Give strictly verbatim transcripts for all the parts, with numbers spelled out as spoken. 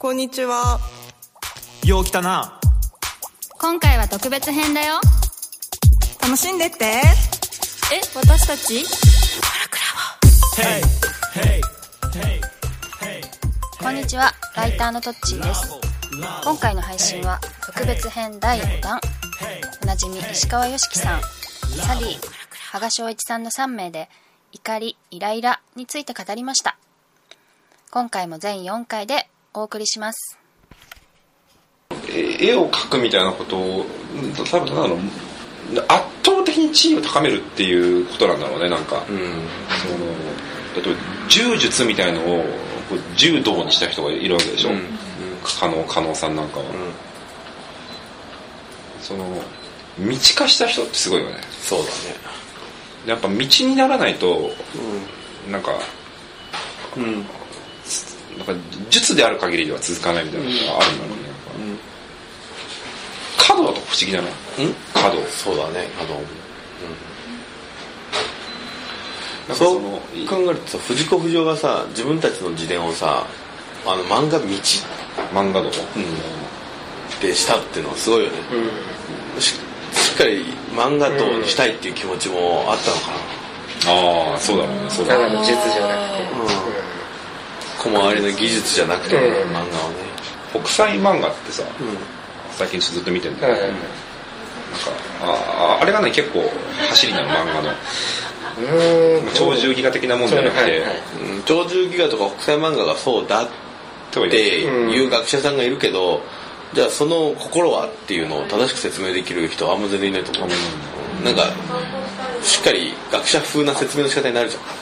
こんにちは。 よう来たな。 今回は特別編だよ。 楽しんでって。え、 私たちこんにちは、ライターのトッチーです。今回の配信は特別編だいごだん。おなじみ石川良樹さん、サリー、羽賀翔一さんのさんめいで怒り、イライラについて語りました。今回も全よんかいでお送りします。 絵を描くみたいなことを多分なんだろう、圧倒的に地位を高めるっていうことなんだろうね。なんか、うん、その例えば柔術みたいのを柔道にした人がいるわけでしょ、うんうん、加納加納さんなんかは、うん、その道化した人ってすごいよね。 そうだね。 やっぱ道にならないと、うん、なんか、うん、なんか術である限りでは続かないみたいなのがあるんだろうね。華道だと不思議じゃない？華道。 そうだね、華道。うん、そう考えるとさ、藤子不二雄がさ、自分たちの自伝をさ、あの漫画道、 漫画道、うん、 でしたっていうのはすごいよね。うん、し, しっかり漫画道にしたいっていう気持ちもあったのかな。うん、ああ、そうだろうね。そうだろうね。 術じゃなくて、 うん、小回りの技術じゃなくて、うん、漫画をね。 国際漫画ってさ。うん、最近ずっと見てるんだけど、うん、なんか あ, あれがね結構走りなの、漫画の。うーん、鳥獣戯画的なもんじゃなくて、はいはい、 うん、鳥獣戯画とか国際漫画がそうだっていう学者さんがいるけど、じゃあその心はっていうのを正しく説明できる人はあんま全然いないと思う。うん、なんかしっかり学者風な説明の仕方になるじゃん、うん、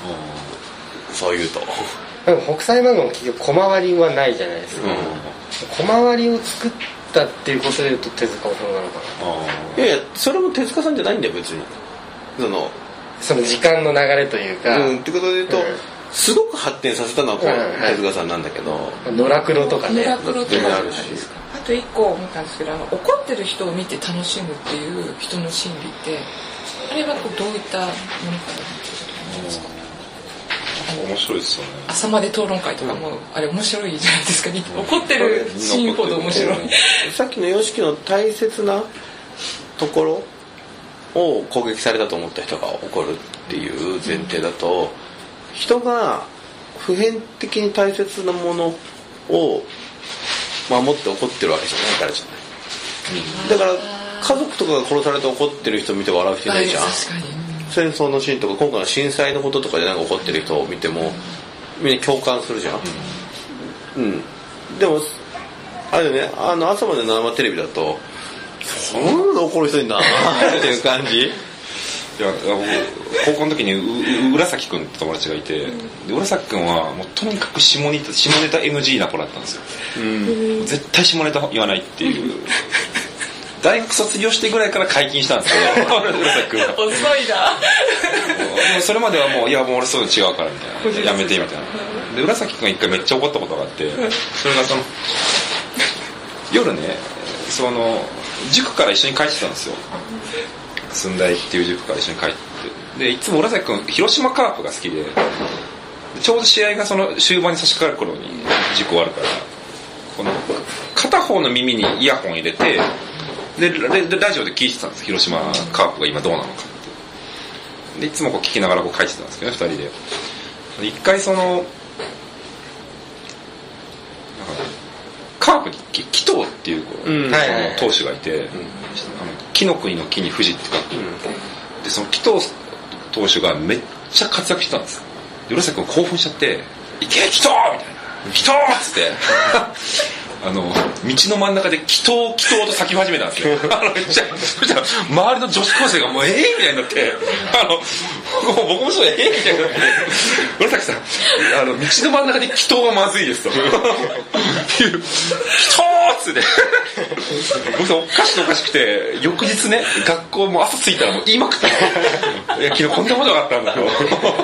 そういうと。 でも国際漫画も結局小回りはないじゃないですか、うん、小回りを作ってっていうことでいうと手塚治虫なのかな。 いやいや、それも手塚さんじゃないんだよ別に。そのその時間の流れというか、 うん、ってことでいうと、うん、すごく発展させたのはこう、うん、手塚さんなんだけど、 野良黒とかね、 野良黒とかあるし、 あと一個思ったんですけど、あの怒ってる人を見て楽しむっていう人の心理ってあれはこうどういったものかなって思いますか。 面白いですよね。 朝まで討論会とかも、うん、あれ面白いじゃないですか、ね、うん、怒ってるシーンほど面白い。 さっきのヨシキの大切なところを攻撃されたと思った人が怒るっていう前提だと、うん、人が普遍的に大切なものを守って怒ってるわけじゃないからじゃない、うん、だから家族とかが殺されて怒ってる人見て笑う人いないじゃん。 確かに。 戦争のシーンとか今回の震災のこととかでなんか怒ってる人を見てもみんな共感するじゃん、うん、うん、でもあれね、あの朝まで生テレビだとそんなの怒る人いんだなっていう感じ。いや、高校の時にう浦崎くんって友達がいて、で浦崎くんはもうとにかく下ネタ下ネタ エヌジー な子だったんですよ、うん、絶対下ネタ言わないっていう大学卒業してぐらいから解禁したんですけど浦崎君は遅いなでもそれまではもういやもう俺そういうの違うからみたいな、やめてみたいな。で浦崎君が一回めっちゃ怒ったことがあって、それがその夜ね、その塾から一緒に帰ってたんですよ。駿台っていう塾から一緒に帰って、でいつも浦崎君広島カープが好きで、ちょうど試合がその終盤に差し掛かる頃に塾終わるから、この片方の耳にイヤホン入れてでラジオで聞いてたんです。広島カープが今どうなのかってでいつもこう聞きながらこう書いてたんですけどね、ふたりで。一回そのなんかカープに紀藤っていう、うん、その投手がいて、うん、あの紀の国の木に富士って書く、うん、でその紀藤投手がめっちゃ活躍してたんですよ。で浦崎君興奮しちゃって「いけ紀藤!」みたいな「紀藤!」っつってあの道の真ん中で祈祷祈祷と叫び始めたんですよ。あのめっちゃそしたら周りの女子高生がもうええー、みたいになって、あの僕もそうええー、みたいになって浦崎さんあの道の真ん中で祈祷はまずいですという祈祷っつって僕おかしくおかしくて翌日ね学校も朝着いたらもう言いまくったの。いや昨日こんなことがあったんだよ。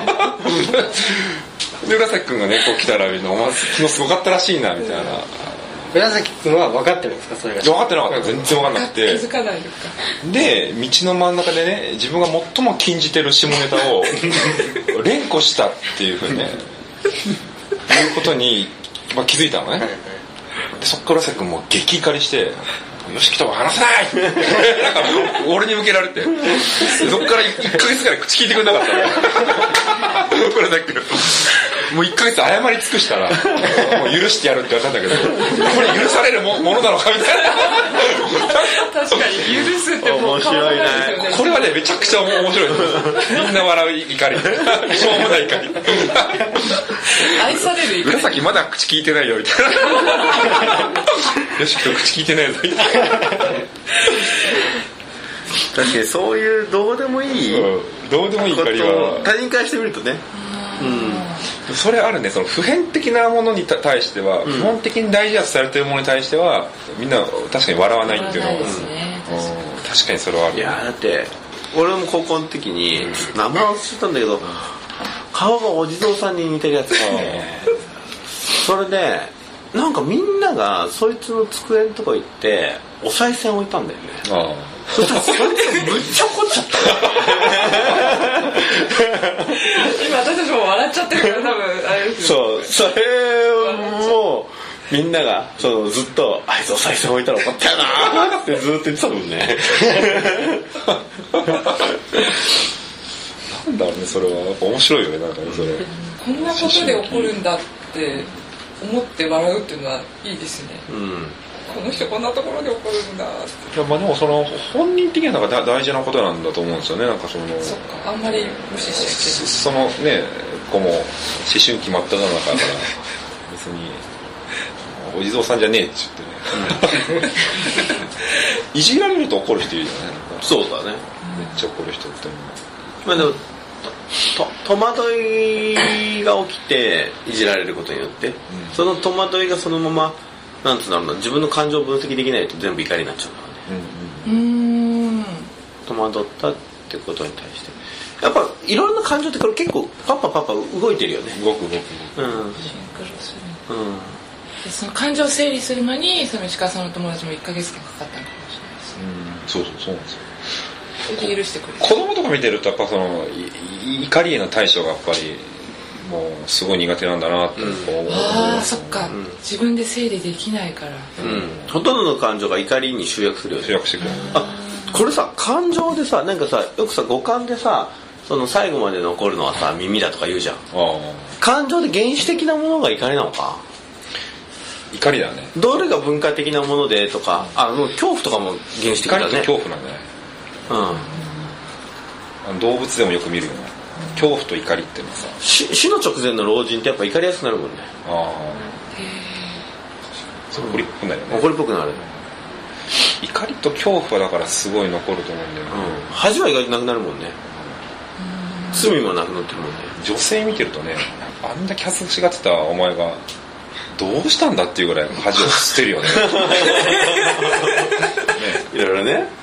で浦崎君がねこう来たらみんなお前昨日すごかったらしいなみたいな。 浦崎君は分かってるんですかそれが。 分かってなかった。全然分かんなくて。 気づかないのか。 で道の真ん中でね自分が最も禁じてる下ネタを連呼したっていうふうにねいうことに、まあ、気づいたのね。 でそっからさくんもう激怒りしてよしきとは話せないなんか俺に向けられてそっからいっかげつぐらい口聞いてくれなかったこれだけもういっかげつ謝り尽くしたらもう許してやるって言われたんだけどこれ許されるものなのかみたいな確かに許すってもう変わらないですよね。 これはねめちゃくちゃ面白いみんな笑う怒りしょうもない怒り愛される怒り紫まだ口聞いてないよみたいなよしきと口聞いてないぞみたいな確かにそういうどうでもいい、 うん、どうでもいい怒りは他人からしてみるとね、 うん、それあるね。その普遍的なものに対しては、うん、基本的に大事だとされてるものに対してはみんな確かに笑わないっていうのは、ね、うん、確かにそれはある。 いやだって俺も高校の時に名前を知ったんだけど、うん、顔がお地蔵さんに似てるやつがそれでなんかみんながそいつの机のとこ行ってお賽銭置いたんだよね。ああそしたらそいつむっちゃ怒っちゃった今私たちも笑っちゃってるから多分あれですよ。 そうそれもみんながそのずっとあいつお賽銭置いたら怒ったよなってずっと言ってたもんねなんだろうねそれはやっぱ面白いよねなんかねそれこんなことで怒るんだって思って笑うっていうのはいいですね、うん、この人こんなところで怒るんだって。 いやまあでもその本人的にはなんか大事なことなんだと思うんですよね。なんかそのそっかあんまり無視しちゃってそのね子も思春期真っ只中だから別にお地蔵さんじゃねえって言ってね、うん、いじられると怒る人いるじゃない。 そうだねめっちゃ怒る人ってまあでもと戸惑いが起きていじられることによって、うん、その戸惑いがそのままなんつうんだろうな自分の感情を分析できないと全部怒りになっちゃうからね、うんうん、戸惑ったってことに対してやっぱいろんな感情ってこれ結構パッパパッパ動いてるよね。 動く動く動く、うん、 シンクロする、うん、でその感情を整理する間にその石川さんの友達もいっかげつかかったのかもしれないです、 うん、そうそうそうなんですよ。 それで許してくれる。 子供とか見てるとやっぱその怒りへの対処がやっぱりもうすごい苦手なんだなって思う、うん、 ああそっか、うん、自分で整理できないから、 うん、ほとんどの感情が怒りに集約するよね。 集約してくる。 あこれさ感情でさなんかさよくさ五感でさその最後まで残るのはさ耳だとか言うじゃん。あ感情で原始的なものが怒りなのか。 怒りだね。 どれが文化的なものでとかあもう恐怖とかも原始的だね。 怒りと恐怖なんだね。うん、動物でもよく見るよね。恐怖と怒りっていうのはさ死の直前の老人ってやっぱ怒りやすくなるもんね。ああ怒りっぽくなるよね。 怒りっぽくなる。 怒りと恐怖はだからすごい残ると思うんだよね、 うん、恥は意外となくなるもんね。罪もなくなってるもんね。 女性見てるとねあんだけ恥ずかしがってたお前がどうしたんだっていうぐらい恥を捨てるよね。ねいろいろね、ね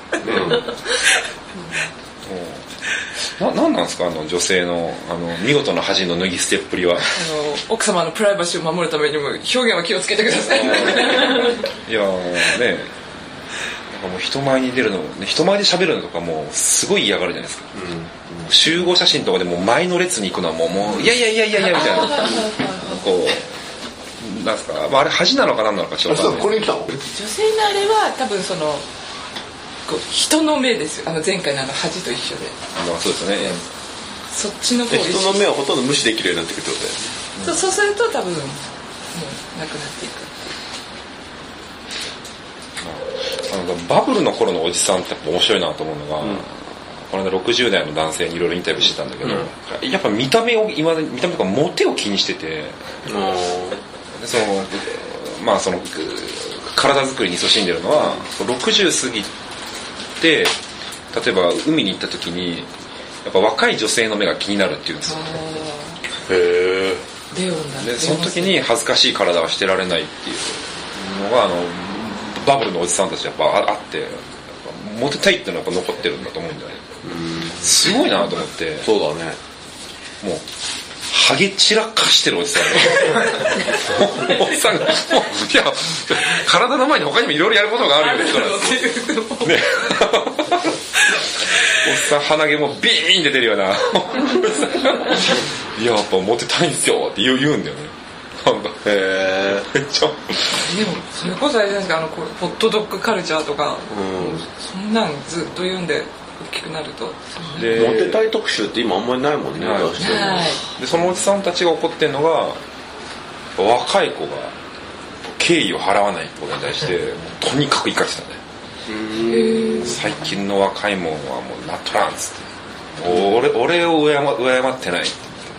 うん、な, なんなんですかあの女性のあの見事な恥の脱ぎ捨てっぷりは。あの奥様のプライバシーを守るためにも表現は気をつけてください。いやねなんかもう人前に出るの、ね、人前で喋るのとかもうすごい嫌がるじゃないですか、うん、集合写真とかでも前の列に行くのはもう、もういやいやいやいやいやみたいなこうなんですか、まあ、あれ恥なのか何なのかちょっと分かんない。 これ来たの女性のあれは多分そのこう人の目ですよ。あの前回のあの恥と一緒で。 まあそうですね。 そっちの方人の目をほとんど無視できるようになってくるってことだよね。 そう、そうすると多分もうなくなっていく。 あのバブルの頃のおじさんってやっぱ面白いなと思うのが、うん、この間ろくじゅう代の男性にいろいろインタビューしてたんだけど、うん、やっぱ見た目を今見た目とかモテを気にしてて、でそのまあその体作りに勤しんでるのは、うん、ろくじゅう過ぎて例えば海に行った時にやっぱ若い女性の目が気になるっていうんですよ。へえ。 レオンだね。 でその時に恥ずかしい体はしてられないっていうのがあのバブルのおじさんたちやっぱあってモテたいっていうのはやっぱ残ってるんだと思うんだよね。すごいなと思って。 そうだね。 もうハゲ散らかしてるおじさんね。おじさんがもういや体の前に他にもいろいろやることがあるよね。ね。おっさん鼻毛もビーンって出てるような。いややっぱモテたいんですよって言う、言うんだよね。 なんかへめっちゃでもそれこそあれじゃないですか、あのこうホットドッグカルチャーとか、 うん、 そんなんずっと言うんで大きくなるとでモテたい特集って今あんまりないもんね、 はいどうしても。 でそのおじさんたちが怒ってるのが若い子が敬意を払わないってことに対してとにかく怒ってたね。最近の若いもんはもうなっとらんっつって、俺, 俺を敬ってないって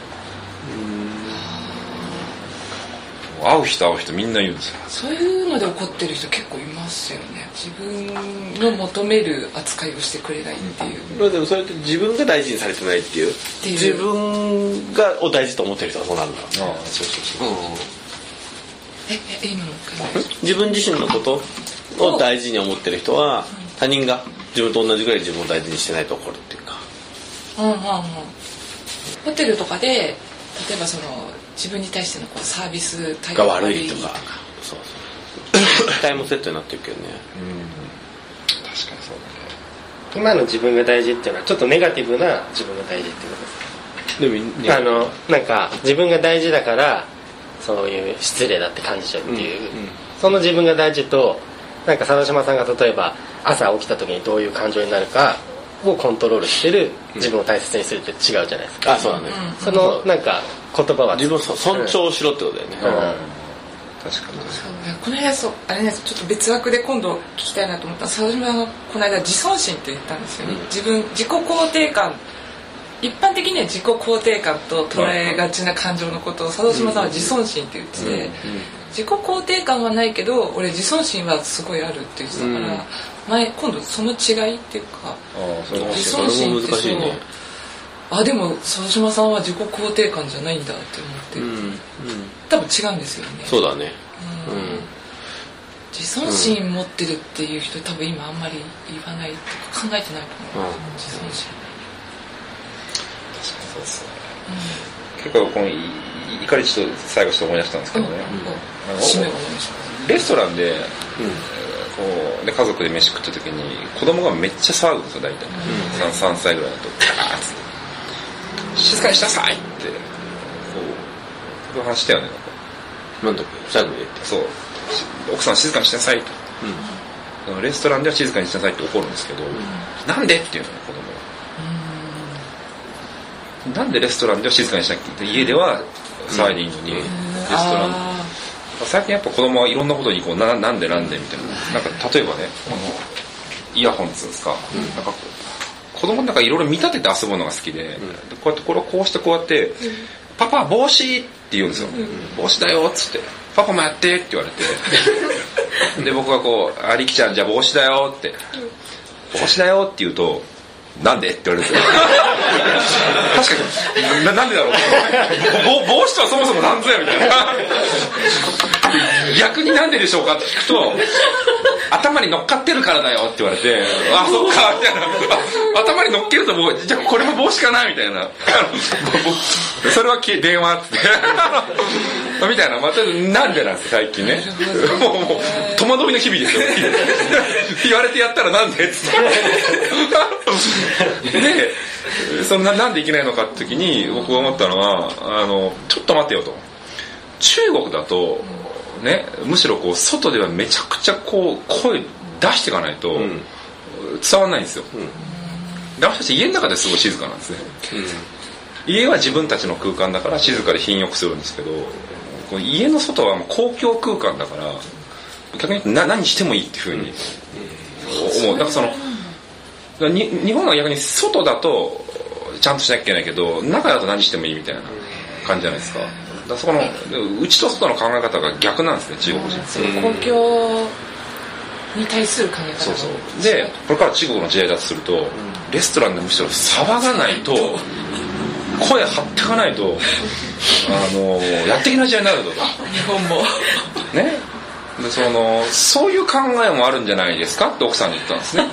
言って、会う人会う人みんな言うんですよ。 そういうので怒ってる人結構いますよね。自分の求める扱いをしてくれないっていう、 うん、でもそれって自分が大事にされてないっていう、 っていう自分がを大事と思ってる人はそうなんだ。 ああそうそうそう、うん、 ええ今の自分自身のことを大事に思ってる人は他人が自分と同じぐらい自分を大事にしてないと怒るっていうか、 うんうんうん、ホテルとかで例えばその自分に対してのこうサービス態度が悪いとか、そうそう期待もセットになってるけどね、 うん、確かにそうだね。 今の自分が大事っていうのはちょっとネガティブな自分が大事っていうことです。でもあのなんか自分が大事だからそういう失礼だって感じちゃうっていう、うんうん、その自分が大事となんか佐島さんが例えば朝起きた時にどういう感情になるかをコントロールしてる自分を大切にするって違うじゃないですか、 うん、あそうだね、 うん、そのなんか言葉は自分を尊重しろってことだよね、うんうん、 確かにそうこの間そうあれねちょっと別枠で今度聞きたいなと思ったら佐島さんがこの間自尊心って言ったんですよね、うん、自分自己肯定感一般的には自己肯定感と捉えがちな感情のことを佐島さんは自尊心って言ってて、うんうん、自己肯定感はないけど俺自尊心はすごいあるって言ってたから、うん、前今度その違いっていうか、 あそれ自尊心ってそう、ね、あでも佐島さんは自己肯定感じゃないんだって思って、うんうん、多分違うんですよね。 そうだね、 うんうん、自尊心持ってるっていう人多分今あんまり言わないっていうか考えてないと思う、うん、自尊心そうですね、うん、結構この怒りちょっと最後ちょっと思い出したんですけどね、うんうん、あのレストランで、うん、こうで家族で飯食った時に子供がめっちゃ騒ぐんですよ大体、うん、さんさいぐらいだとガーッつって静かにしなさいってこうこう話したよね。 なんだっけ最後で言ってそう奥さん静かにしなさいと、うん、レストランでは静かにしなさいって怒るんですけど、うん、なんでっていうの子供なんでレストランでは静かにしなきゃいけない家では騒いでいいのに、うん、レストラン最近やっぱ子供はいろんなことにこう な, なんでなんでみたいななんか例えばねこのイヤホンっつうんですか、うん、なんか子供なんかいろいろ見立てて遊ぶのが好きで、うん、こうやってこれをこうしてこうやって、うん、パパ帽子って言うんですよ、うん、帽子だよっつってパパもやってって言われてで僕がこうありきちゃんじゃあ帽子だよって帽子だよって言うとなんでって言われるんですよ確かに な, なんでだろう帽子とはそもそもなんぞやみたいな逆になんででしょうかって聞くと頭に乗っかってるからだよって言われてあそっかみたいな頭に乗っけるともうじゃあこれも帽子かなみたいなそれは電話ってみたいなまたなんでなんです最近ねもうもう戸惑いの日々ですよ言われてやったらなんでっつってでその な, なんでいけないのかって時に僕が思ったのはあのちょっと待ってよと中国だとねむしろこう外ではめちゃくちゃこう声出していかないと伝わらないんですよ、うん、で私たち家の中ですごい静かなんですね、うん、家は自分たちの空間だから静かで品よくするんですけどこう家の外はもう公共空間だから逆にな何してもいいっていうふうに思う。だからそのに日本は逆に外だとちゃんとしなきゃいけないけど中だと何してもいいみたいな感じじゃないですか。だからそこの内と外の考え方が逆なんですね中国人。 その公共に対する考え方。 そうそうでこれから中国の時代だとするとレストランでむしろ騒がないと声張っていかないとあのやっていけない時代になるとか日本もねでそのそういう考えもあるんじゃないですかって奥さんに言ったんですね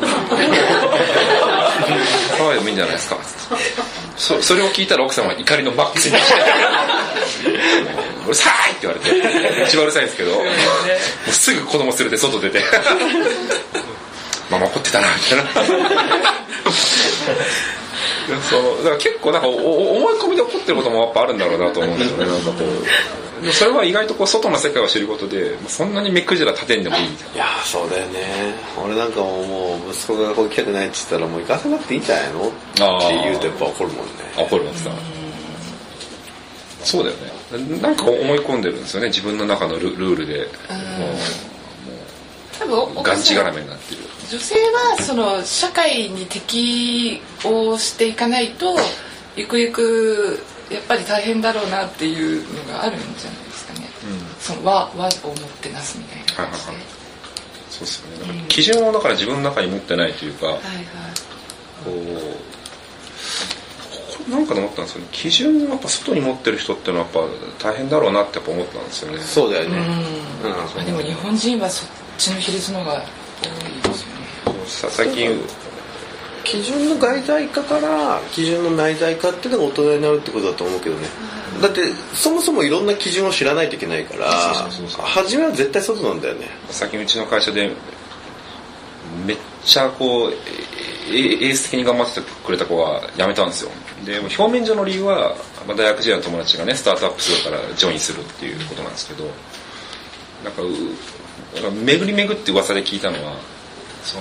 騒いでもいいんじゃないですか そ, それを聞いたら奥さんは怒りのマックスにしてうるさいって言われて一番うるさいんですけどもうすぐ子供連れて外出てママ怒ってたなみたいなそのだから結構なんかお思い込みで起こってることもやっぱあるんだろうなと思うんですよね。なんかこうでもそれは意外とこう外の世界を知ることでそんなに目くじら立てんでもいいみたいな。 いやそうだよね。俺なんかもう息子がこう行きたくないって言ったらもう行かせなくていいんじゃないのって言うとやっぱ怒るもんね。怒るもんさ。そうだよね。なんか思い込んでるんですよね。自分の中の ル, ルールでもう多分がんじがらめになってる。 女性はその社会に適応していかないとゆくゆくやっぱり大変だろうなっていうのがあるんじゃないですかね、うん、その和和を持ってなすみたいな感じで、はいはいはい、 そうですよね。だから基準をだから自分の中に持ってないというか、はいはい、こうなんかで思ったんですけど、基準をやっぱ外に持ってる人ってのはやっぱ大変だろうなってやっぱ思ったんですよね。 そうだよね、 うんうん、でも日本人はそっちの比率の方が多いですよね。 さ最近基準の外在化から基準の内在化っていうのが大人になるってことだと思うけどね、うん、だってそもそもいろんな基準を知らないといけないから初めは絶対外なんだよね。 最近うちの会社でめっちゃこうエース的に頑張ってくれた子が辞めたんですよ。で表面上の理由は、まあ、大学時代の友達がねスタートアップするからジョインするっていうことなんですけど、なんかう巡り巡って噂で聞いたのはその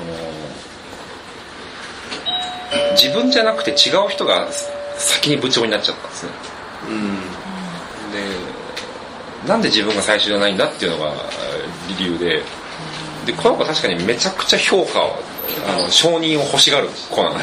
自分じゃなくて違う人が先に部長になっちゃったんですね、うん、でなんで自分が最初じゃないんだっていうのが理由で、でこの子は確かにめちゃくちゃ評価をあの承認を欲しがる子なのね、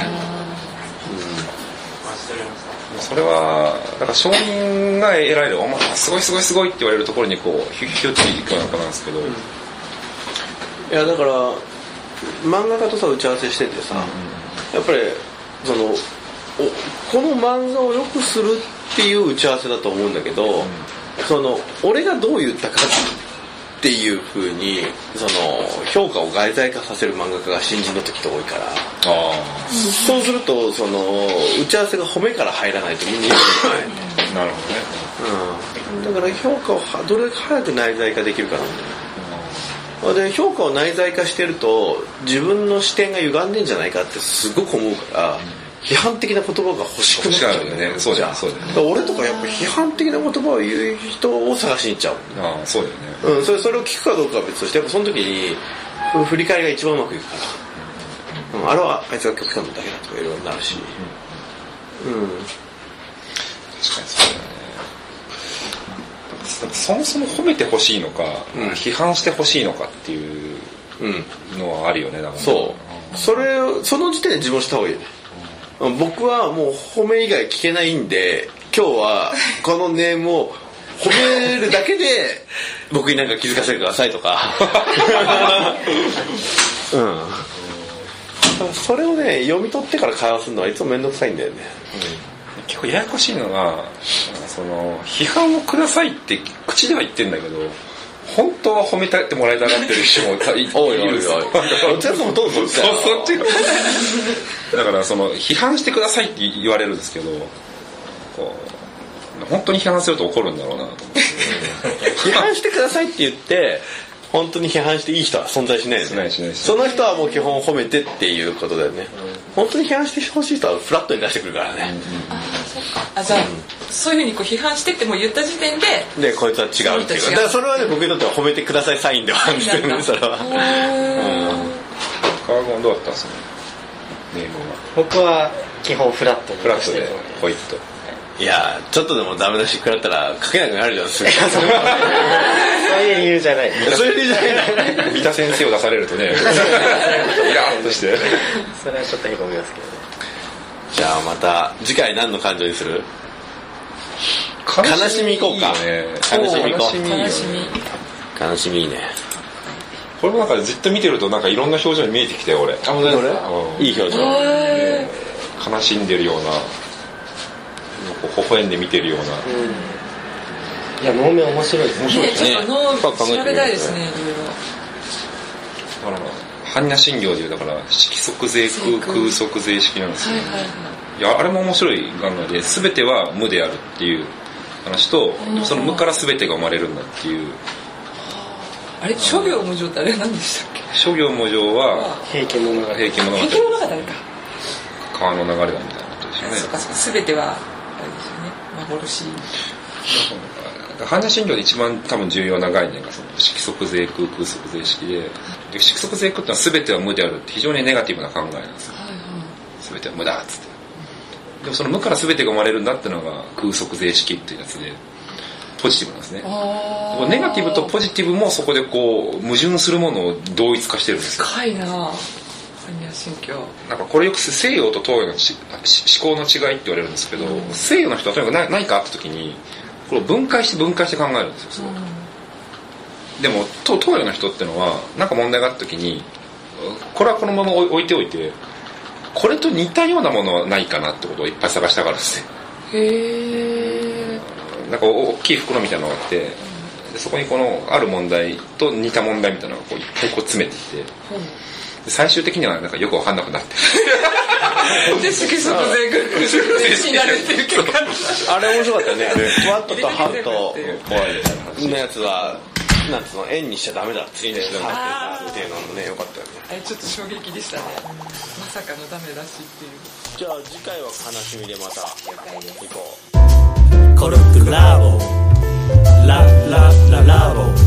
うん、それはだから承認が得られるお前すごいすごいすごいって言われるところにこうヒュッヒュッといくような子なんですけど、うん、 いやだから漫画家とさ打ち合わせしててさ、うん、やっぱりそのこの漫画を良くするっていう打ち合わせだと思うんだけど、うん、その俺がどう言ったかっていう風にその評価を外在化させる漫画家が新人の時って多いから、あそうするとその打ち合わせが褒めから入らないとみんな言えない。 なるほどね、うん、だから評価をどれだけ早く内在化できるかなんだよね。で評価を内在化してると自分の視点が歪んでんじゃないかってすごく思うから、うん、批判的な言葉が欲しくなっちゃうんだよね。 そうじゃん、そうだよね。 俺とかやっぱ批判的な言葉を言う人を探しに行っちゃう。 ああ、そうだよね。 うん、それそれを聞くかどうかは別として、やっぱその時に振り返りが一番うまくいくから、うん、あれはあいつが極端なだけだとかいろいろなるし、うん、うん、確かにそうだよね。そもそも褒めてほしいのか、うん、批判してほしいのかっていうのはあるよね。だからそう、それその時点で自分をした方がいいよね、うん、僕はもう褒め以外聞けないんで今日はこのネームを褒めるだけで僕に何か気づかせてくださいとかうん、それをね読み取ってから会話するのはいつも面倒くさいんだよね、 うん、結構ややこしいのがその批判をくださいって口では言ってんだけど本当は褒めてもらいたがってる人もいるんですよ。 そっちもどうぞそっちだからその批判してくださいって言われるんですけどこう本当に批判すると怒るんだろうなと思って批判してくださいって言って本当に批判していい人は存在しないよね。しないしないしその人はもう基本褒めてっていうことだよね、うん、本当に批判してほしい人はフラットに出してくるからね、うん、あそっかあじゃあ、うん、そういうふうにこう批判してっても言った時点ででこいつは違うっていうだからそれはね僕にとっては褒めてくださいサインではあるんですよねそれは。 川郷どうだったんですかネームは。 僕は基本フラットにフラットでホイット。 いやちょっとでもダメ出し食らったら書けなくなるじゃんすぐそういう理由じゃないそういう理由じゃない三田先生を出されるとねイラッとしてそれはちょっとへこみますけどね。 じゃあまた次回何の感情にする？悲しみいこうか。悲しみいこう。 悲しみ悲しみいいね。 これもなんかずっと見てるとなんかいろんな表情に見えてきて俺。あ、 本当に俺？いい表情。 悲しんでるような微笑んで見てるような、 うん、いや能面面白いですね。面白いですね。 調べたいですね。 だから般若心経でいうだから色即是空空即是式なんですよ、ね。はいはいはい、いやあれも面白い考えで全ては無であるっていう話とその無から全てが生まれるんだっていう。 あれ諸行無常ってあれ何でしたっけ？ 諸行無常は平家物語。 平家物語。 平家物語か。 川の流れだみたいなことでしね。 そうかそうか、全てはあれですよね、幻。 般若心経で一番多分重要な概念がその色即是空、空即是色で、で色即是空ってのは全ては無であるって非常にネガティブな考えなんですよ。はいはい、全ては無だっつって。でもその無から全てが生まれるんだってのが空即是色っていうやつでポジティブなんですね。ネガティブとポジティブもそこでこう矛盾するものを同一化してるんですよ。 深いなぁ。心境なんかこれよく西洋と東洋のち思考の違いって言われるんですけど、うん、西洋の人はとにかく何, 何かあった時にこれを分解して分解して考えるんですよすごく、うん、でも東洋の人ってのは何か問題があった時にこれはこのまま置いておいてこれと似たようなものはないかなってことをいっぱい探したがるんですね。 へー。なんか大きい袋みたいなのがあって、でそこにこのある問題と似た問題みたいなのがこういっぱいこう詰めていって、で最終的にはなんかよく分かんなくなってで色即是空になるっていう結果あれ面白かったよね。ふわっととハッと怖いみたいなやつはなんつうの円にしちゃダメだっていうのっていうのもね良かったよね。 あれちょっと衝撃でしたね。まさかのダメ出しっていう。 じゃあ次回は悲しみでまた行こう。 コルクラボララララボ